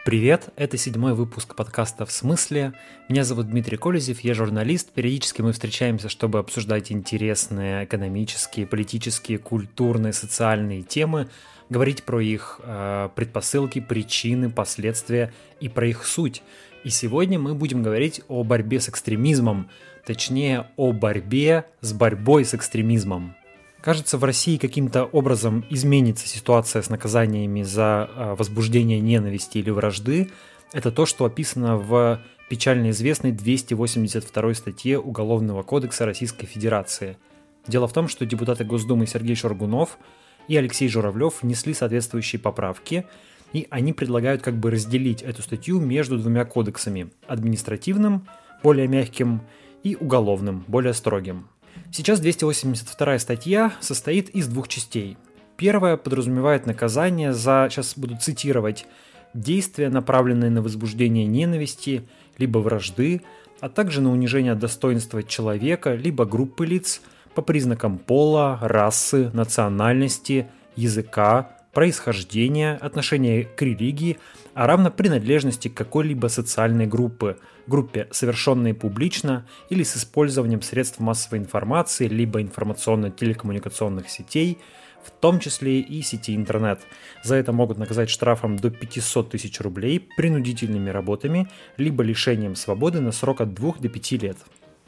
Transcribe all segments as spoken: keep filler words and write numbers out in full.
Привет, это седьмой выпуск подкаста «В смысле?». Меня зовут Дмитрий Колезев, я журналист. Периодически мы встречаемся, чтобы обсуждать интересные экономические, политические, культурные, социальные темы, говорить про их э, предпосылки, причины, последствия и про их суть. И сегодня мы будем говорить о борьбе с экстремизмом, точнее о борьбе с борьбой с экстремизмом. Кажется, в России каким-то образом изменится ситуация с наказаниями за возбуждение ненависти или вражды. Это то, что описано в печально известной двести восемьдесят второй статье Уголовного кодекса Российской Федерации. Дело в том, что депутаты Госдумы Сергей Шаргунов и Алексей Журавлев внесли соответствующие поправки, и они предлагают как бы разделить эту статью между двумя кодексами – административным, более мягким, и уголовным, более строгим. Сейчас двести восемьдесят вторая статья состоит из двух частей. Первая подразумевает наказание за, сейчас буду цитировать, действия, направленные на возбуждение ненависти, либо вражды, а также на унижение достоинства человека, либо группы лиц по признакам пола, расы, национальности, языка, происхождения, отношения к религии, а равно принадлежности к какой-либо социальной группе, группе, совершенной публично или с использованием средств массовой информации, либо информационно-телекоммуникационных сетей, в том числе и сети интернет. За это могут наказать штрафом до пятьсот тысяч рублей, принудительными работами, либо лишением свободы на срок от двух до пяти лет.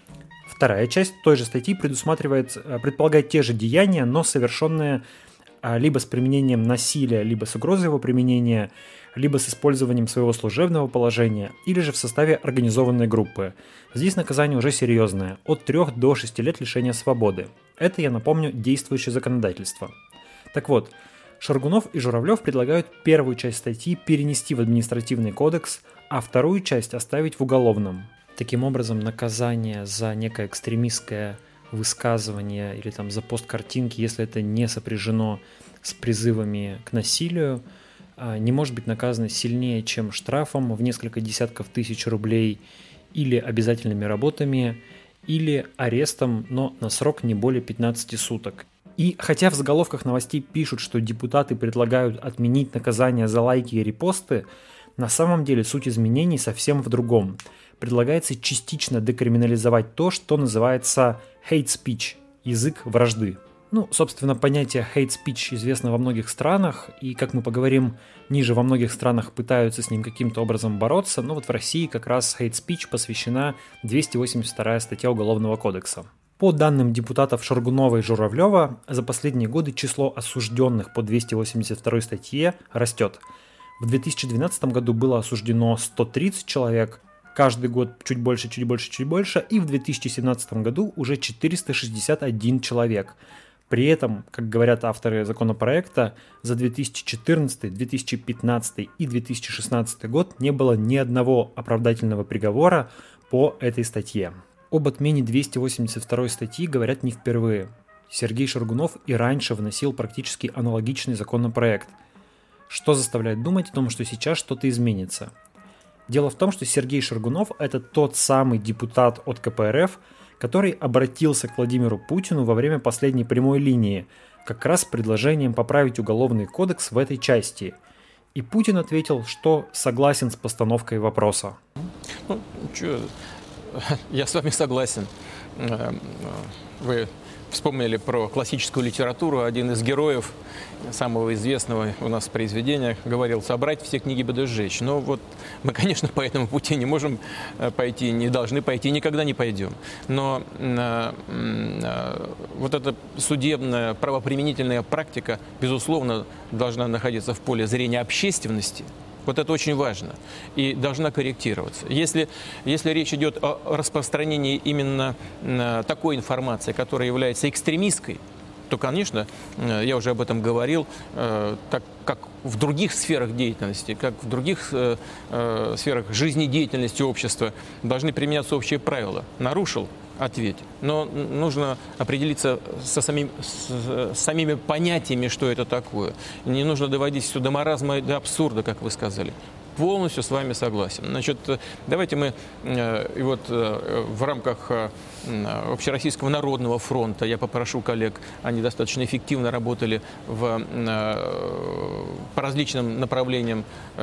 Вторая часть той же статьи предусматривает, предполагает те же деяния, но совершенные либо с применением насилия, либо с угрозой его применения, либо с использованием своего служебного положения, или же в составе организованной группы. Здесь наказание уже серьезное, от трёх до шести лет лишения свободы. Это, я напомню, действующее законодательство. Так вот, Шаргунов и Журавлев предлагают первую часть статьи перенести в административный кодекс, а вторую часть оставить в уголовном. Таким образом, наказание за некое экстремистское высказывание или там за пост картинки, если это не сопряжено с призывами к насилию, не может быть наказано сильнее, чем штрафом в несколько десятков тысяч рублей или обязательными работами, или арестом, но на срок не более пятнадцати суток. И хотя в заголовках новостей пишут, что депутаты предлагают отменить наказание за лайки и репосты, на самом деле суть изменений совсем в другом. Предлагается частично декриминализовать то, что называется hate speech – язык вражды. Ну, собственно, понятие hate speech известно во многих странах, и, как мы поговорим ниже, во многих странах пытаются с ним каким-то образом бороться, но вот в России как раз hate speech посвящена двести восемьдесят вторая статья Уголовного кодекса. По данным депутатов Шаргунова и Журавлева, за последние годы число осужденных по двести восемьдесят второй статье растет. В две тысячи двенадцатом году было осуждено сто тридцать человек, каждый год чуть больше, чуть больше, чуть больше, и в две тысячи семнадцатом году уже четыреста шестьдесят один человек. При этом, как говорят авторы законопроекта, за две тысячи четырнадцатый, две тысячи пятнадцатый и две тысячи шестнадцатый год не было ни одного оправдательного приговора по этой статье. Об отмене двести восемьдесят второй статьи говорят не впервые. Сергей Шаргунов и раньше вносил практически аналогичный законопроект, что заставляет думать о том, что сейчас что-то изменится. Дело в том, что Сергей Шаргунов – это тот самый депутат от ка пэ эр эф, который обратился к Владимиру Путину во время последней прямой линии, как раз с предложением поправить Уголовный кодекс в этой части. И Путин ответил, что согласен с постановкой вопроса. Ну, чё, я с вами согласен. Вы вспомнили про классическую литературу. Один из героев самого известного у нас произведения говорил: собрать все книги буду сжечь. Но вот мы, конечно, по этому пути не можем пойти, не должны пойти, никогда не пойдем. Но э, э, вот эта судебная правоприменительная практика, безусловно, должна находиться в поле зрения общественности. Вот это очень важно и должна корректироваться. Если, если речь идет о распространении именно такой информации, которая является экстремистской, то, конечно, я уже об этом говорил, так как в других сферах деятельности, как в других сферах жизнедеятельности общества должны применяться общие правила. Нарушил — ответь. Но нужно определиться со самим, с, с самими понятиями, что это такое. Не нужно доводить все до маразма, до абсурда, как вы сказали. полностью с вами согласен. Значит, давайте мы и вот в рамках Общероссийского народного фронта, я попрошу коллег, они достаточно эффективно работали в, по различным направлениям,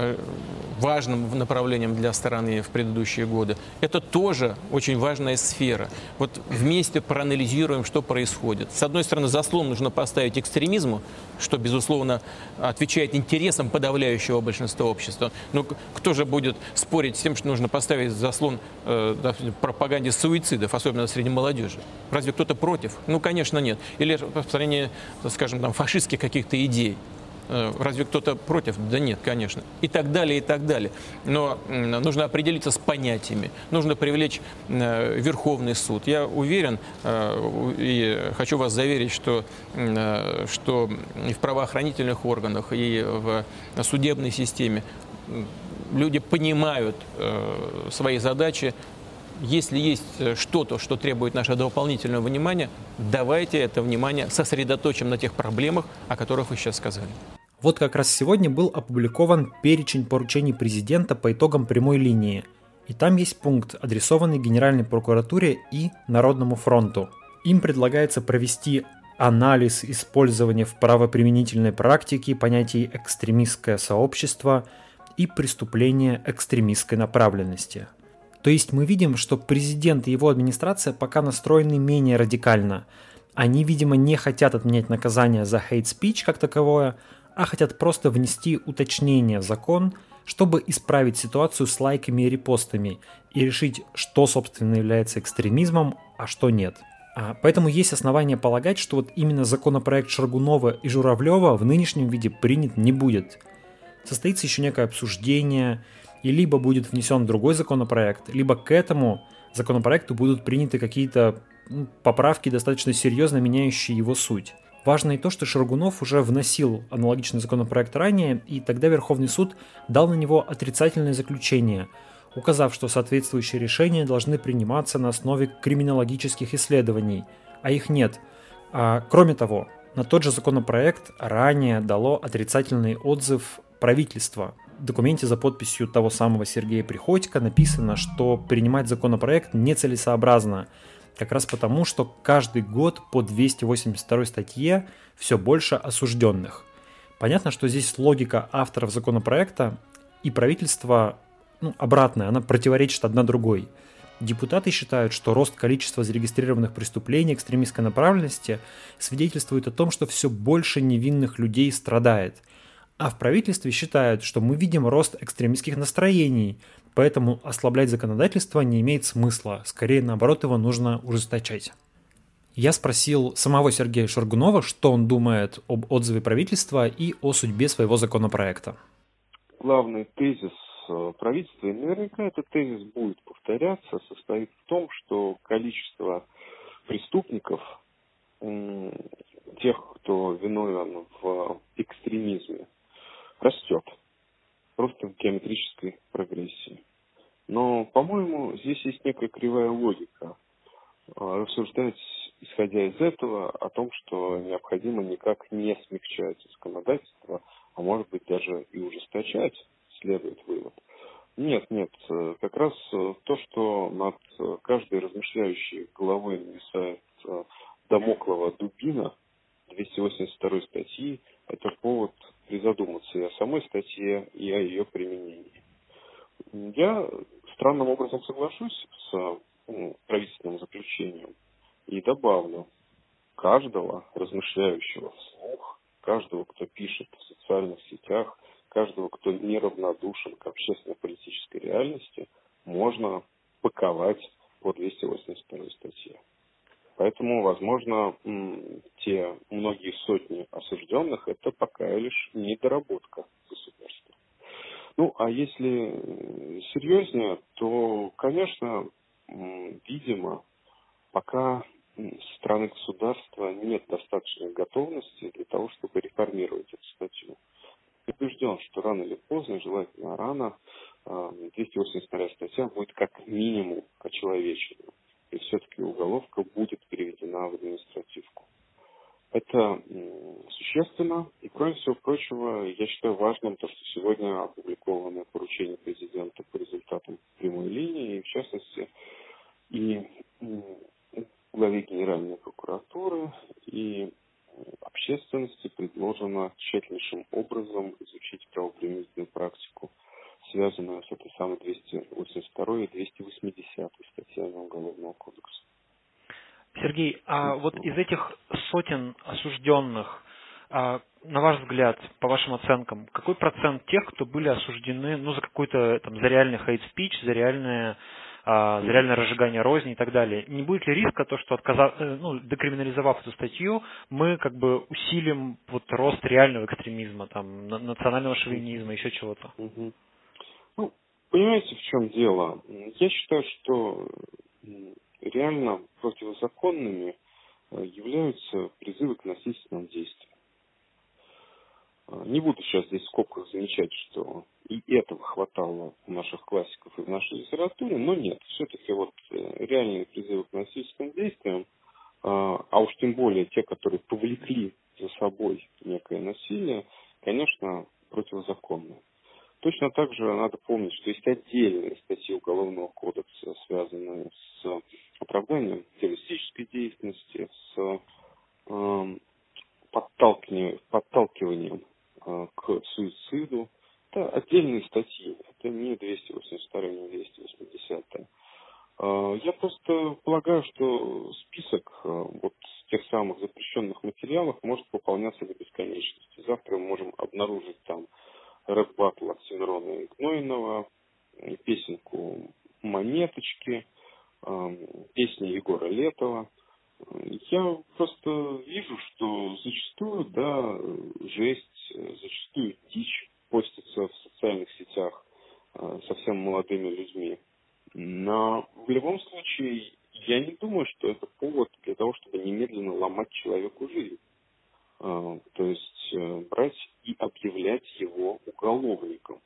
важным направлениям для страны в предыдущие годы. Это тоже очень важная сфера. Вот вместе проанализируем, что происходит. С одной стороны, заслон нужно поставить экстремизму, что, безусловно, отвечает интересам подавляющего большинства общества. Но кто же будет спорить с тем, что нужно поставить заслон э, пропаганде суицидов, особенно среди молодежи? Разве кто-то против? Ну, конечно, нет. Или распространение, скажем, там, фашистских каких-то идей. Разве кто-то против? Да нет, конечно. И так далее, и так далее. Но нужно определиться с понятиями. Нужно привлечь Верховный суд. Я уверен и хочу вас заверить, что, что и в правоохранительных органах, и в судебной системе люди понимают свои задачи. Если есть что-то, что требует нашего дополнительного внимания, давайте это внимание сосредоточим на тех проблемах, о которых вы сейчас сказали. Вот как раз сегодня был опубликован перечень поручений президента по итогам прямой линии. И там есть пункт, адресованный Генеральной прокуратуре и Народному фронту. Им предлагается провести анализ использования в правоприменительной практике понятий «экстремистское сообщество» и «преступление экстремистской направленности». То есть мы видим, что президент и его администрация пока настроены менее радикально. Они, видимо, не хотят отменять наказание за hate speech как таковое, а хотят просто внести уточнение в закон, чтобы исправить ситуацию с лайками и репостами и решить, что, собственно, является экстремизмом, а что нет. А поэтому есть основания полагать, что вот именно законопроект Шаргунова и Журавлева в нынешнем виде принят не будет. Состоится еще некое обсуждение, и либо будет внесен другой законопроект, либо к этому законопроекту будут приняты какие-то ну, поправки, достаточно серьезно меняющие его суть. Важно и то, что Шаргунов уже вносил аналогичный законопроект ранее, и тогда Верховный суд дал на него отрицательное заключение, указав, что соответствующие решения должны приниматься на основе криминологических исследований, а их нет. А, кроме того, на тот же законопроект ранее дало отрицательный отзыв правительство. В документе за подписью того самого Сергея Приходько написано, что принимать законопроект нецелесообразно, как раз потому, что каждый год по двести восемьдесят второй статье все больше осужденных. Понятно, что здесь логика авторов законопроекта и правительства ну, обратная, она противоречит одна другой. Депутаты считают, что рост количества зарегистрированных преступлений экстремистской направленности свидетельствует о том, что все больше невинных людей страдает. А в правительстве считают, что мы видим рост экстремистских настроений, поэтому ослаблять законодательство не имеет смысла, скорее наоборот его нужно ужесточать. Я спросил самого Сергея Шаргунова, что он думает об отзыве правительства и о судьбе своего законопроекта. Главный тезис правительства, и наверняка этот тезис будет повторяться, состоит в том, что количество преступников, тех, кто виновен в экстремизме, растет. Просто в геометрической прогрессии. Но, по-моему, здесь есть некая кривая логика. Рассуждать, исходя из этого, о том, что необходимо никак не смягчать законодательство, а может быть даже и ужесточать, следует вывод. Нет, нет, как раз то, что над каждой размышляющей головой нависает дамоклова дубина двести восемьдесят второй статьи, это повод призадуматься и о самой статье, и о ее применении. Я странным образом соглашусь с ну, правительственным заключением и добавлю, каждого размышляющего вслух, каждого, кто пишет в социальных сетях, каждого, кто неравнодушен к общественно-политической реальности, можно паковать по двести восемьдесят второй статье. Поэтому, возможно, те многие сотни осужденных – это пока лишь недоработка государства. Ну, а если серьезнее, то, конечно, видимо, пока со стороны государства нет достаточной готовности для того, чтобы реформировать эту статью. Я убежден, что рано или поздно, желательно рано, двести восемьдесят вторая статья будет как минимум очеловечена. И все-таки уголовка будет переведена в административку. Это существенно, и кроме всего прочего, я считаю важным то, что сегодня опубликовано поручение президента по результатам прямой линии, и в частности и главе Генеральной прокуратуры, и общественности предложено тщательнейшим образом изучить правоприменительную практику, связанную с этой самой двести восемьдесят второй и двести восьмидесятой статьями Уголовного кодекса. Сергей, а вот из этих сотен осужденных, на ваш взгляд, по вашим оценкам, какой процент тех, кто были осуждены, ну, за какой-то там, за реальный hate speech, за реальное, за реальное разжигание розни и так далее? Не будет ли риска то, что отказав, ну, декриминализовав эту статью, мы как бы усилим вот рост реального экстремизма, там, национального шовинизма, еще чего-то? Угу. Ну, понимаете, в чем дело? Я считаю, что реально противозаконными являются призывы к насильственным действиям. Не буду сейчас здесь в скобках замечать, что и этого хватало у наших классиков и в нашей литературе, но нет. Все-таки вот реальные призывы к насильственным действиям, а уж тем более те, которые повлекли за собой некое насилие, конечно, противозаконны. Точно так же надо помнить, что есть отдельные статьи Уголовного кодекса, связанные с оправданием террористической деятельности, с э, подталкиванием, подталкиванием э, к суициду. Это отдельные статьи, это не двести восемьдесят вторая, не двести восьмидесятая. Э, я просто полагаю, что список э, вот тех самых запрещенных материалов может пополняться до бесконечности. Завтра мы можем обнаружить там рэп-баттл Оксимирона Игнойного, песенку «Монеточки», песни Егора Летова. Я просто вижу, что зачастую, да, жесть, зачастую дичь постится в социальных сетях совсем молодыми людьми. Но в любом случае, я не думаю, что это повод для того, чтобы немедленно ломать человеку жизнь. То есть брать и объявлять его уголовником.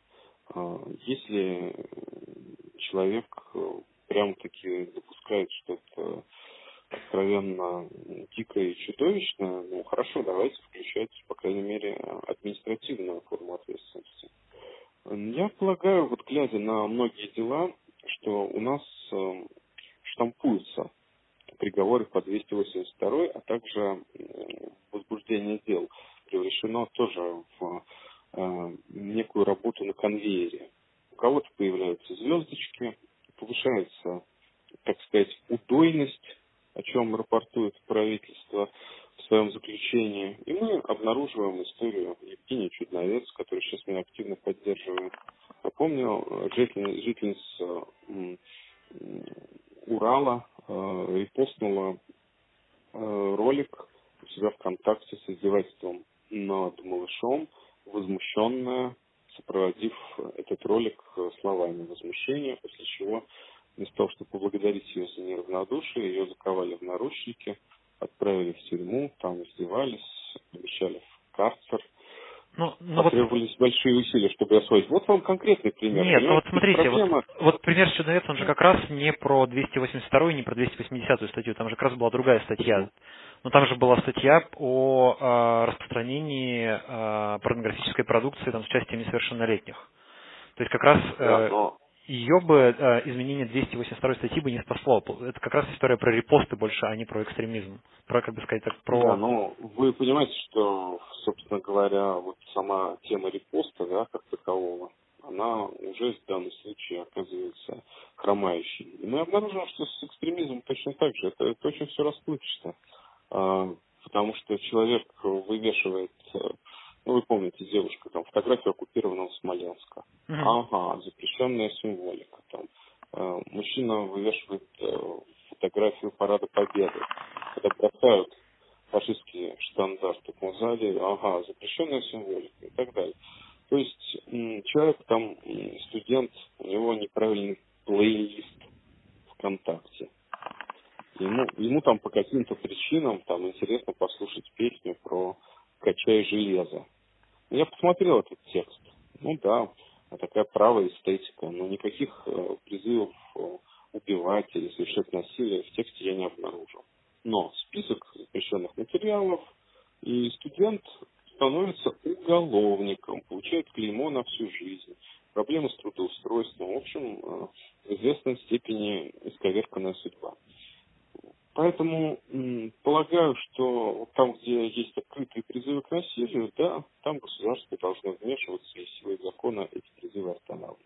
Если человек прям-таки допускает что-то откровенно дикое и чудовищное, ну хорошо, давайте включать, по крайней мере, административную форму ответственности. Я полагаю, вот глядя на многие дела, что у нас штампуются приговоры по двести восемьдесят второй, а также возбуждение дел превращено тоже в э, некую работу на конвейере. У кого-то появляются звездочки, повышается, так сказать, удойность, о чем рапортует правительство в своем заключении. И мы обнаруживаем историю Евгении Чудновец, который сейчас меня активно поддерживает. Напомню, жительница Урала э, репостнула э, ролик у себя ВКонтакте с издевательством над малышом, возмущенная, сопроводив этот ролик словами возмущения, после чего вместо того, чтобы поблагодарить ее за неравнодушие, ее заковали в наручники, отправили в тюрьму, там издевались, обещали в карцер. Ну, ну Потребовались вот... большие усилия, чтобы освоить. Вот вам конкретный пример. Нет, ну вот смотрите, проблема... вот, вот пример с Чудновец, он же как раз не про двести восемьдесят вторую, не про двести восьмидесятую статью, там же как раз была другая статья. Но там же была статья о э, распространении э, порнографической продукции там, с участием несовершеннолетних. То есть как раз э, да, но... ее бы э, изменение двести восемьдесят второй статьи бы не спасло. Это как раз история про репосты больше, а не про экстремизм. Про, как бы сказать так, про... Да, ну, вы понимаете, что, собственно говоря, вот сама тема репоста, да, как такового, она уже в данном случае оказывается хромающей. И мы обнаружим, что с экстремизмом точно так же. Это, это очень все расплывчато. А, потому что человек вывешивает, ну, вы помните, девушка, там, фотографию оккупированного Смоленска. Mm-hmm. Ага, запрещенная символика. Там, а, мужчина вывешивает а, фотографию Парада Победы, когда бросают фашистские штандарты в зале, ага, запрещенная символика и так далее. То есть человек там, студент, у него неправильный плейлист ВКонтакте. Ему, ему там по каким-то причинам там интересно послушать песню про «Качай железо». Я посмотрел этот текст. Ну да, такая правая эстетика, но никаких э, призывов э, убивать или совершать насилие в тексте я не обнаружил. Но список запрещенных материалов, и студент становится уголовником, получает клеймо на всю жизнь, проблемы с трудоустройством, в общем, в известной степени исковерканная судьба. Поэтому м, полагаю, что там, где есть открытые призывы к насилию, да, там государство должно вмешиваться и силой закона эти призывы останавливать.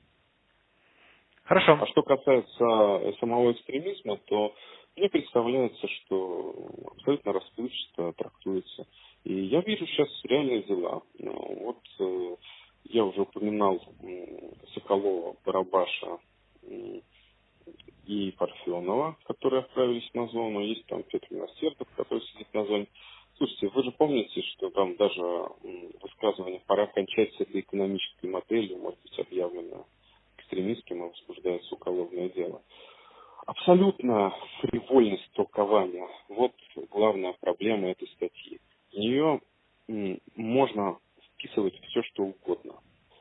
Хорошо. А что касается самого экстремизма, то мне представляется, что абсолютно расплывчато трактуется. И я вижу сейчас реальные дела. Вот э, я уже упоминал э, Соколова, Барабаша э, и Парфенова, которые отправились на зону. Есть там Петр Милосердов, который сидит на зоне. Слушайте, вы же помните, что там даже э, высказывание «пора кончать с этой экономической моделью», может быть, объявлено экстремистским, и возбуждается уголовное дело. Абсолютно фривольность толкования. Вот главная проблема этой статьи. В нее м, можно вписывать все, что угодно.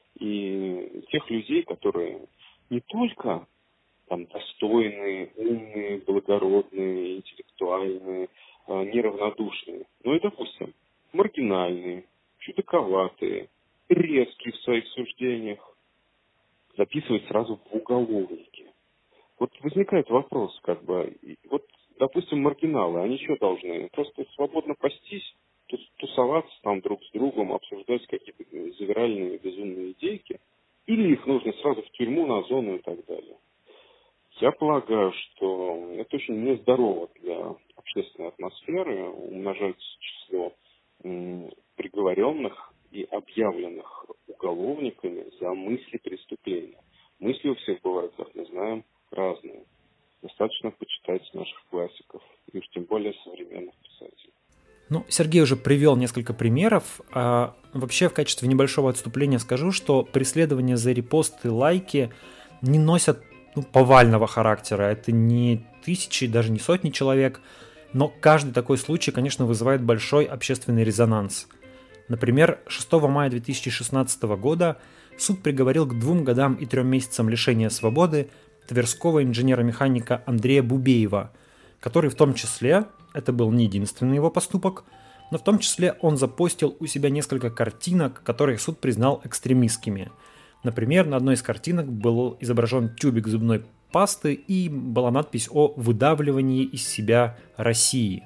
И тех людей, которые не только там, достойные, умные, благородные, интеллектуальные, э, неравнодушные, но и, допустим, маргинальные, чудаковатые, резкие в своих суждениях, записывать сразу в уголовники. Вот возникает вопрос, как бы, вот, допустим, маргиналы, они что должны? Просто свободно пастись, тусоваться там друг с другом, обсуждать какие-то завиральные безумные идейки, или их нужно сразу в тюрьму, на зону и так далее? Я полагаю, что это очень нездорово для общественной атмосферы, умножать число м, приговоренных и объявленных уголовниками за мысли преступления. Мысли у всех бывают, как мы знаем, разные. Достаточно почитать наших классиков, и уж тем более современных писателей. Ну, Сергей уже привел несколько примеров. А вообще, в качестве небольшого отступления скажу, что преследования за репосты, лайки не носят ну, повального характера. Это не тысячи, даже не сотни человек, но каждый такой случай, конечно, вызывает большой общественный резонанс. Например, шестого мая две тысячи шестнадцатого года суд приговорил к двум годам и трем месяцам лишения свободы тверского инженера-механика Андрея Бубеева, который в том числе, это был не единственный его поступок, но в том числе он запостил у себя несколько картинок, которые суд признал экстремистскими. Например, на одной из картинок был изображен тюбик зубной пасты и была надпись о выдавливании из себя России.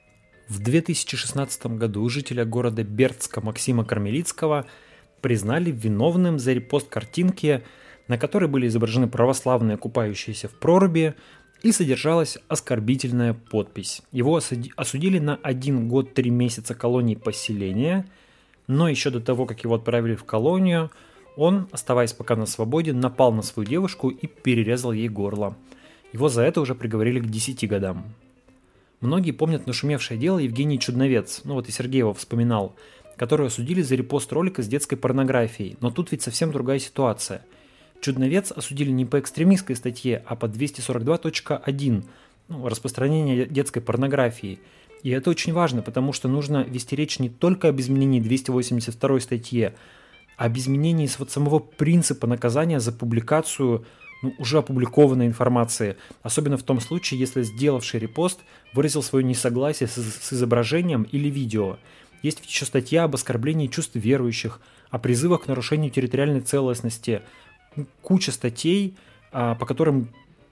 В две тысячи шестнадцатом году жителя города Бердска Максима Кармелицкого признали виновным за репост картинки, на которой были изображены православные, купающиеся в проруби, и содержалась оскорбительная подпись. Его осудили на один год три месяца колонии поселения, но еще до того, как его отправили в колонию, он, оставаясь пока на свободе, напал на свою девушку и перерезал ей горло. Его за это уже приговорили к десяти годам. Многие помнят нашумевшее дело Евгений Чудновец, ну вот и Сергей его вспоминал, которую осудили за репост ролика с детской порнографией, но тут ведь совсем другая ситуация. Чудновец осудили не по экстремистской статье, а по двести сорок два точка один, ну, распространение детской порнографии. И это очень важно, потому что нужно вести речь не только об изменении двести восемьдесят второй статье, а об изменении вот самого принципа наказания за публикацию ну, уже опубликованной информации, особенно в том случае, если сделавший репост выразил свое несогласие с, с изображением или видео. Есть еще статья об оскорблении чувств верующих, о призывах к нарушению территориальной целостности, куча статей, по которым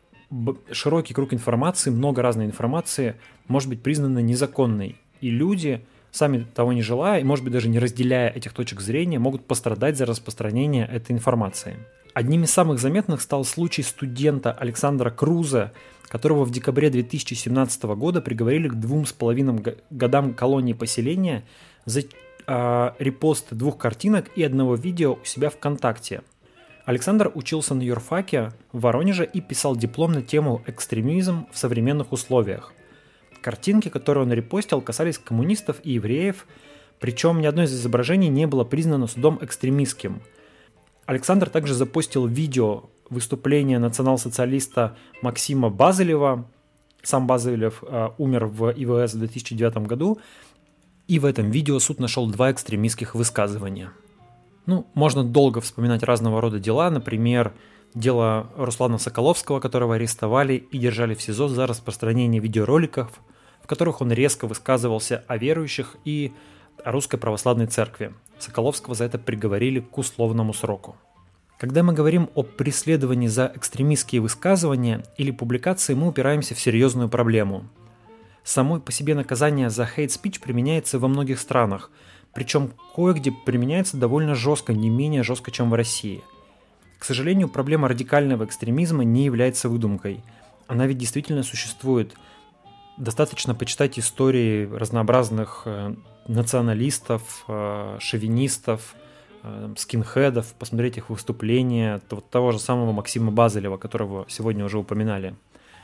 широкий круг информации, много разной информации может быть признана незаконной. И люди, сами того не желая, и, может быть, даже не разделяя этих точек зрения, могут пострадать за распространение этой информации. Одним из самых заметных стал случай студента Александра Круза, которого в декабре две тысячи семнадцатого года приговорили к двум с половиной годам колонии поселения за э, репост двух картинок и одного видео у себя ВКонтакте. Александр учился на юрфаке в Воронеже и писал диплом на тему «Экстремизм в современных условиях». Картинки, которые он репостил, касались коммунистов и евреев, причем ни одно из изображений не было признано судом экстремистским. Александр также запостил видео выступления национал-социалиста Максима Базылева. Сам Базылев э, умер в ИВС в две тысячи девятом году, и в этом видео суд нашел два экстремистских высказывания. Ну, можно долго вспоминать разного рода дела, например, дело Руслана Соколовского, которого арестовали и держали в СИЗО за распространение видеороликов, в которых он резко высказывался о верующих и о Русской Православной Церкви. Соколовского за это приговорили к условному сроку. Когда мы говорим о преследовании за экстремистские высказывания или публикации, мы упираемся в серьезную проблему. Само по себе наказание за hate speech применяется во многих странах, причем кое-где применяется довольно жестко, не менее жестко, чем в России. К сожалению, проблема радикального экстремизма не является выдумкой. Она ведь действительно существует. Достаточно почитать истории разнообразных националистов, шовинистов, скинхедов, посмотреть их выступления, того же самого Максима Базелева, которого сегодня уже упоминали.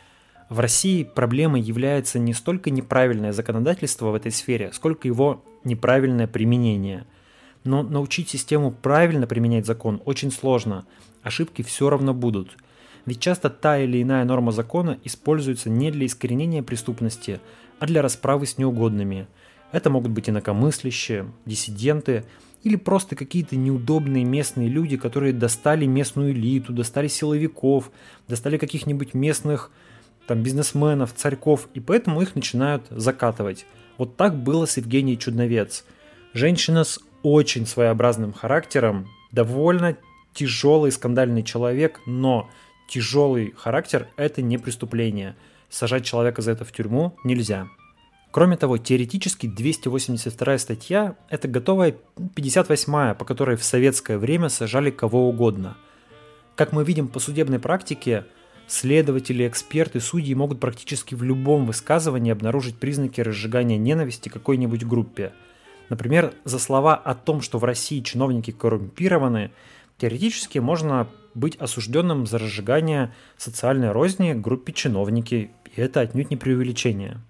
В России проблемой является не столько неправильное законодательство в этой сфере, сколько его неправильное применение. Но научить систему правильно применять закон очень сложно, ошибки все равно будут. Ведь часто та или иная норма закона используется не для искоренения преступности, а для расправы с неугодными. Это могут быть инакомыслящие, диссиденты или просто какие-то неудобные местные люди, которые достали местную элиту, достали силовиков, достали каких-нибудь местных там, бизнесменов, царьков, и поэтому их начинают закатывать. Вот так было с Евгенией Чудновец. Женщина с очень своеобразным характером, довольно тяжелый скандальный человек, но тяжелый характер – это не преступление. Сажать человека за это в тюрьму нельзя. Кроме того, теоретически двести восемьдесят вторая статья – это готовая пятьдесят восьмая, по которой в советское время сажали кого угодно. Как мы видим по судебной практике, следователи, эксперты, судьи могут практически в любом высказывании обнаружить признаки разжигания ненависти к какой-нибудь группе. Например, за слова о том, что в России чиновники коррумпированы, теоретически можно быть осужденным за разжигание социальной розни к группе чиновники, и это отнюдь не преувеличение.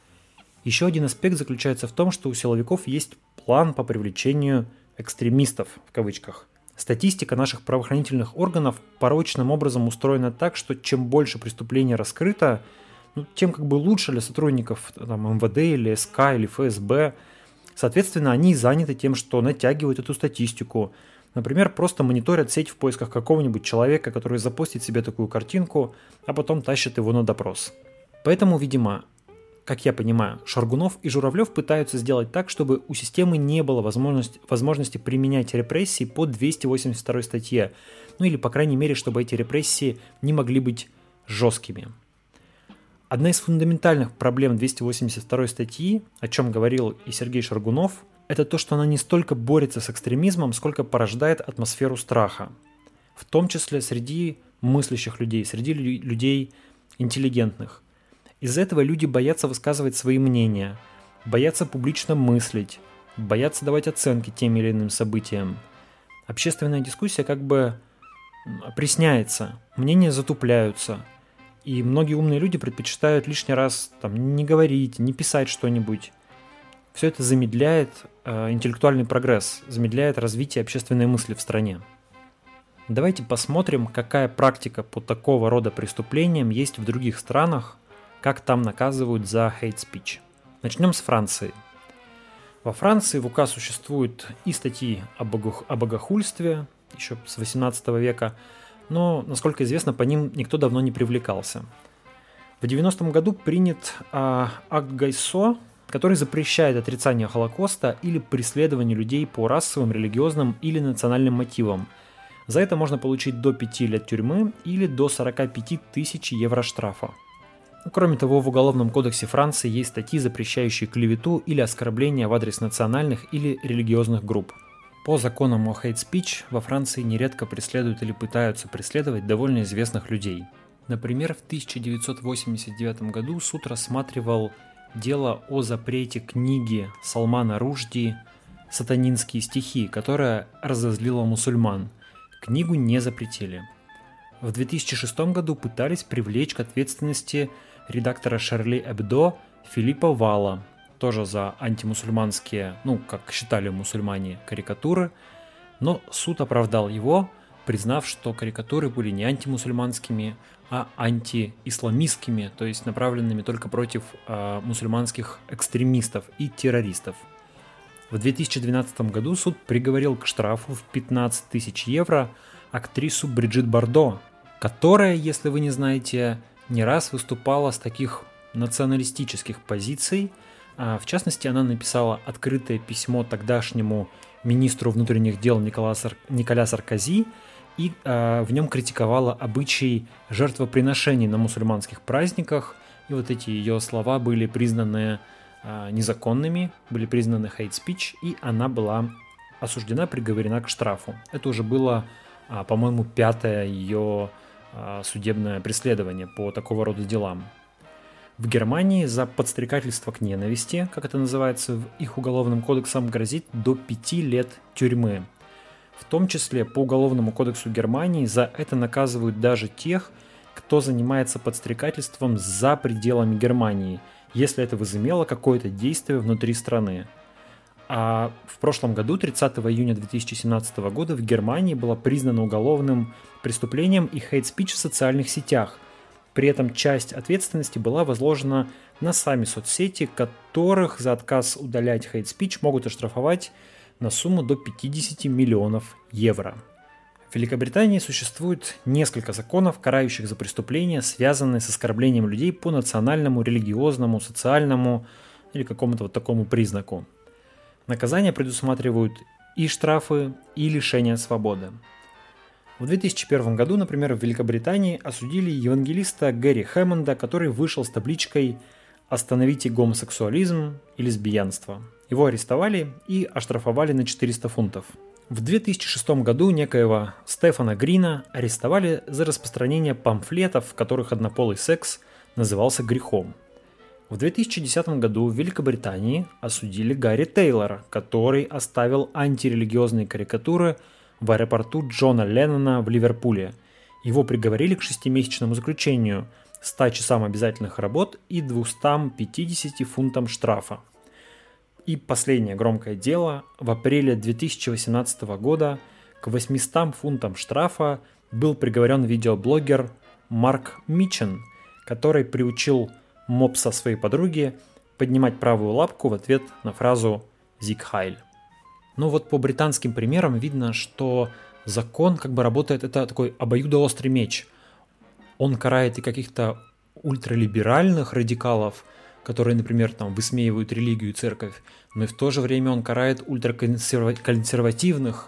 Еще один аспект заключается в том, что у силовиков есть план по привлечению экстремистов, в кавычках. Статистика наших правоохранительных органов порочным образом устроена так, что чем больше преступлений раскрыто, ну, тем как бы лучше для сотрудников там, эм вэ дэ или эс ка или эф эс бэ. Соответственно, они заняты тем, что натягивают эту статистику. Например, просто мониторят сеть в поисках какого-нибудь человека, который запостит себе такую картинку, а потом тащит его на допрос. Поэтому, видимо, как я понимаю, Шаргунов и Журавлев пытаются сделать так, чтобы у системы не было возможности, возможности применять репрессии по двести восемьдесят второй статье, ну или, по крайней мере, чтобы эти репрессии не могли быть жесткими. Одна из фундаментальных проблем двести восемьдесят второй статьи, о чем говорил и Сергей Шаргунов, это то, что она не столько борется с экстремизмом, сколько порождает атмосферу страха. В том числе среди мыслящих людей, среди людей интеллигентных. Из-за этого люди боятся высказывать свои мнения, боятся публично мыслить, боятся давать оценки тем или иным событиям. Общественная дискуссия как бы опресняется, мнения затупляются, и многие умные люди предпочитают лишний раз там, не говорить, не писать что-нибудь. Все это замедляет э, интеллектуальный прогресс, замедляет развитие общественной мысли в стране. Давайте посмотрим, какая практика по такого рода преступлениям есть в других странах, как там наказывают за hate speech. Начнем с Франции. Во Франции в УК существуют и статьи о, богох... о богохульстве, еще с восемнадцатого века, но, насколько известно, по ним никто давно не привлекался. В девяностом году принят э, акт Гайсо, который запрещает отрицание Холокоста или преследование людей по расовым, религиозным или национальным мотивам. За это можно получить до пяти лет тюрьмы или до сорок пять тысяч евро штрафа. Кроме того, в Уголовном кодексе Франции есть статьи, запрещающие клевету или оскорбление в адрес национальных или религиозных групп. По законам о hate speech во Франции нередко преследуют или пытаются преследовать довольно известных людей. Например, в тысяча девятьсот восемьдесят девятом году суд рассматривал дело о запрете книги Салмана Рушди «Сатанинские стихи», которая разозлила мусульман. Книгу не запретили. В две тысячи шестом году пытались привлечь к ответственности редактора Шарли Эбдо Филиппа Вала, тоже за антимусульманские, ну, как считали мусульмане, карикатуры, но суд оправдал его, признав, что карикатуры были не антимусульманскими, а антиисламистскими, то есть направленными только против э, мусульманских экстремистов и террористов. В две тысячи двенадцатом году суд приговорил к штрафу в пятнадцать тысяч евро актрису Бриджит Бардо, которая, если вы не знаете, не раз выступала с таких националистических позиций, В частности, она написала открытое письмо тогдашнему министру внутренних дел Никола, Сар... Николя Саркози и в нем критиковала обычай жертвоприношений на мусульманских праздниках. И вот эти ее слова были признаны незаконными, были признаны hate speech, и она была осуждена, приговорена к штрафу. Это уже было, по-моему, пятое ее судебное преследование по такого рода делам. В Германии за подстрекательство к ненависти, как это называется в их уголовным кодексом, грозит до пяти лет тюрьмы. В том числе по уголовному кодексу Германии за это наказывают даже тех, кто занимается подстрекательством за пределами Германии, если это возымело какое-то действие внутри страны. А в прошлом году, тридцатого июня две тысячи семнадцатого года, в Германии было признано уголовным преступлением и хейт-спич в социальных сетях. При этом часть ответственности была возложена на сами соцсети, которых за отказ удалять хейт-спич могут оштрафовать на сумму до пятьдесят миллионов евро. В Великобритании существует несколько законов, карающих за преступления, связанные с оскорблением людей по национальному, религиозному, социальному или какому-то вот такому признаку. Наказания предусматривают и штрафы, и лишение свободы. В две тысячи первом году, например, в Великобритании осудили евангелиста Гэри Хэммонда, который вышел с табличкой «Остановите гомосексуализм и лесбиянство». Его арестовали и оштрафовали на четыреста фунтов. В две тысячи шестом году некоего Стефана Грина арестовали за распространение памфлетов, в которых однополый секс назывался грехом. В две тысячи десятом году в Великобритании осудили Гарри Тейлора, который оставил антирелигиозные карикатуры в аэропорту Джона Леннона в Ливерпуле. Его приговорили к шестимесячному заключению, ста часам обязательных работ и двумстам пятидесяти фунтам штрафа. И последнее громкое дело. В апреле две тысячи восемнадцатого года к восьмистам фунтам штрафа был приговорен видеоблогер Марк Митчен, который приучил мопса своей подруги поднимать правую лапку в ответ на фразу «Зиг Хайль». Ну вот по британским примерам видно, что закон как бы работает, это такой обоюдоострый меч. Он карает и каких-то ультралиберальных радикалов, которые, например, там высмеивают религию и церковь, но и в то же время он карает ультраконсервативных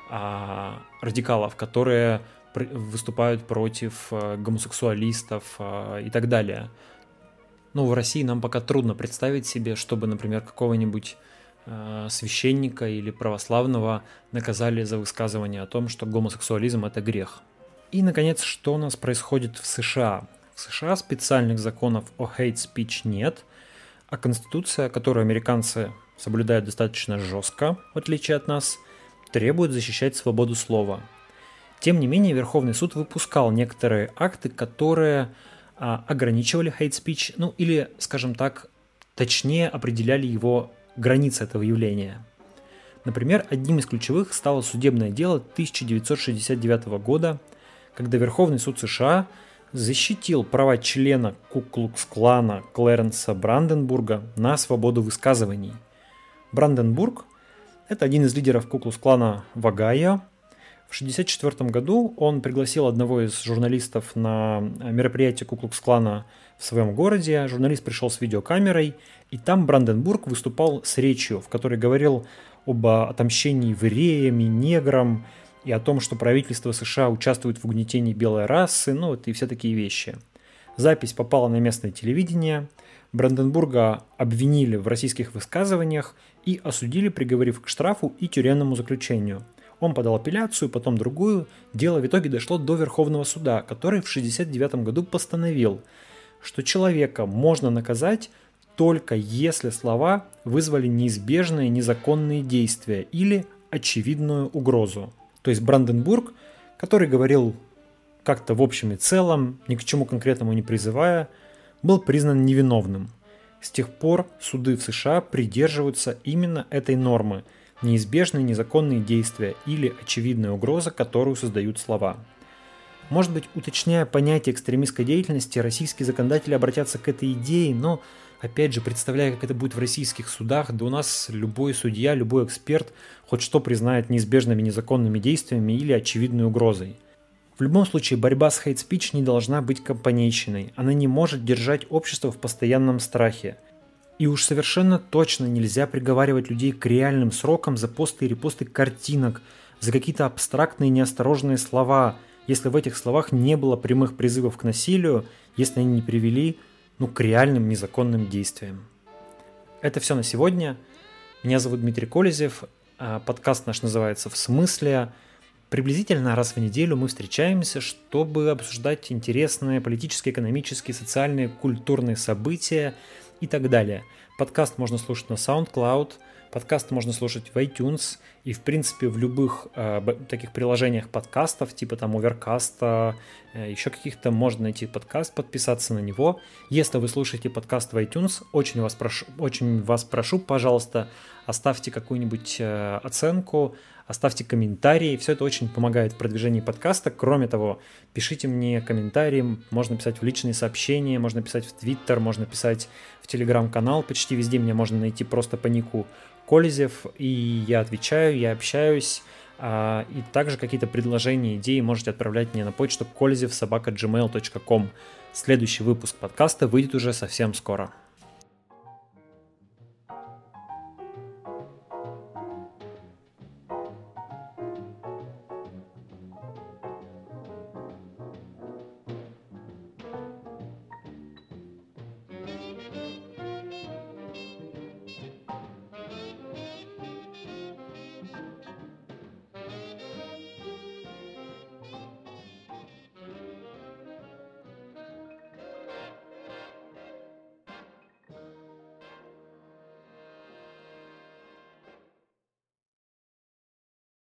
а, радикалов, которые пр- выступают против а, гомосексуалистов а, и так далее. Ну, в России нам пока трудно представить себе, чтобы, например, какого-нибудь а, священника или православного наказали за высказывание о том, что гомосексуализм – это грех. И, наконец, что у нас происходит в США? В США специальных законов о hate speech нет, а Конституция, которую американцы соблюдают достаточно жестко, в отличие от нас, требует защищать свободу слова. Тем не менее, Верховный суд выпускал некоторые акты, которые а, ограничивали hate speech, ну или, скажем так, точнее определяли его границы этого явления. Например, одним из ключевых стало судебное дело тысяча девятьсот шестьдесят девятого года, когда Верховный суд США защитил права члена Ку-Клукс-клана Клэренса Бранденбурга на свободу высказываний. Бранденбург – это один из лидеров Ку-Клукс-клана в Огайо. В шестьдесят четвёртом году он пригласил одного из журналистов на мероприятие Ку-Клукс-клана в своем городе. Журналист пришел с видеокамерой, и там Бранденбург выступал с речью, в которой говорил об отомщении евреям и неграм, и о том, что правительство США участвует в угнетении белой расы, ну вот и все такие вещи. Запись попала на местное телевидение, Бранденбурга обвинили в расистских высказываниях и осудили, приговорив к штрафу и тюремному заключению. Он подал апелляцию, потом другую, дело в итоге дошло до Верховного суда, который в шестьдесят девятом году постановил, что человека можно наказать только если слова вызвали неизбежные незаконные действия или очевидную угрозу. То есть Бранденбург, который говорил как-то в общем и целом, ни к чему конкретному не призывая, был признан невиновным. С тех пор суды в США придерживаются именно этой нормы – неизбежные незаконные действия или очевидная угроза, которую создают слова. Может быть, уточняя понятие экстремистской деятельности, российские законодатели обратятся к этой идее, но, опять же, представляя, как это будет в российских судах, да у нас любой судья, любой эксперт хоть что признает неизбежными незаконными действиями или очевидной угрозой. В любом случае, борьба с hate speech не должна быть компанейщиной, она не может держать общество в постоянном страхе. И уж совершенно точно нельзя приговаривать людей к реальным срокам за посты и репосты картинок, за какие-то абстрактные неосторожные слова, если в этих словах не было прямых призывов к насилию, если они не привели, ну, к реальным незаконным действиям. Это все на сегодня. Меня зовут Дмитрий Колезев. Подкаст наш называется «В смысле?». Приблизительно раз в неделю мы встречаемся, чтобы обсуждать интересные политические, экономические, социальные, культурные события и так далее. Подкаст можно слушать на SoundCloud, подкаст можно слушать в iTunes и, в принципе, в любых э, таких приложениях подкастов, типа там Overcast, э, еще каких-то, можно найти подкаст, подписаться на него. Если вы слушаете подкаст в iTunes, очень вас прошу, очень вас прошу, пожалуйста, оставьте какую-нибудь э, оценку, оставьте комментарии, все это очень помогает в продвижении подкаста. Кроме того, пишите мне комментарии, можно писать в личные сообщения, можно писать в Твиттер, можно писать в Телеграм-канал, почти везде меня можно найти просто по нику Колезев, и я отвечаю, я общаюсь, и также какие-то предложения, идеи можете отправлять мне на почту колезев собака джи мейл точка ком. Следующий выпуск подкаста выйдет уже совсем скоро.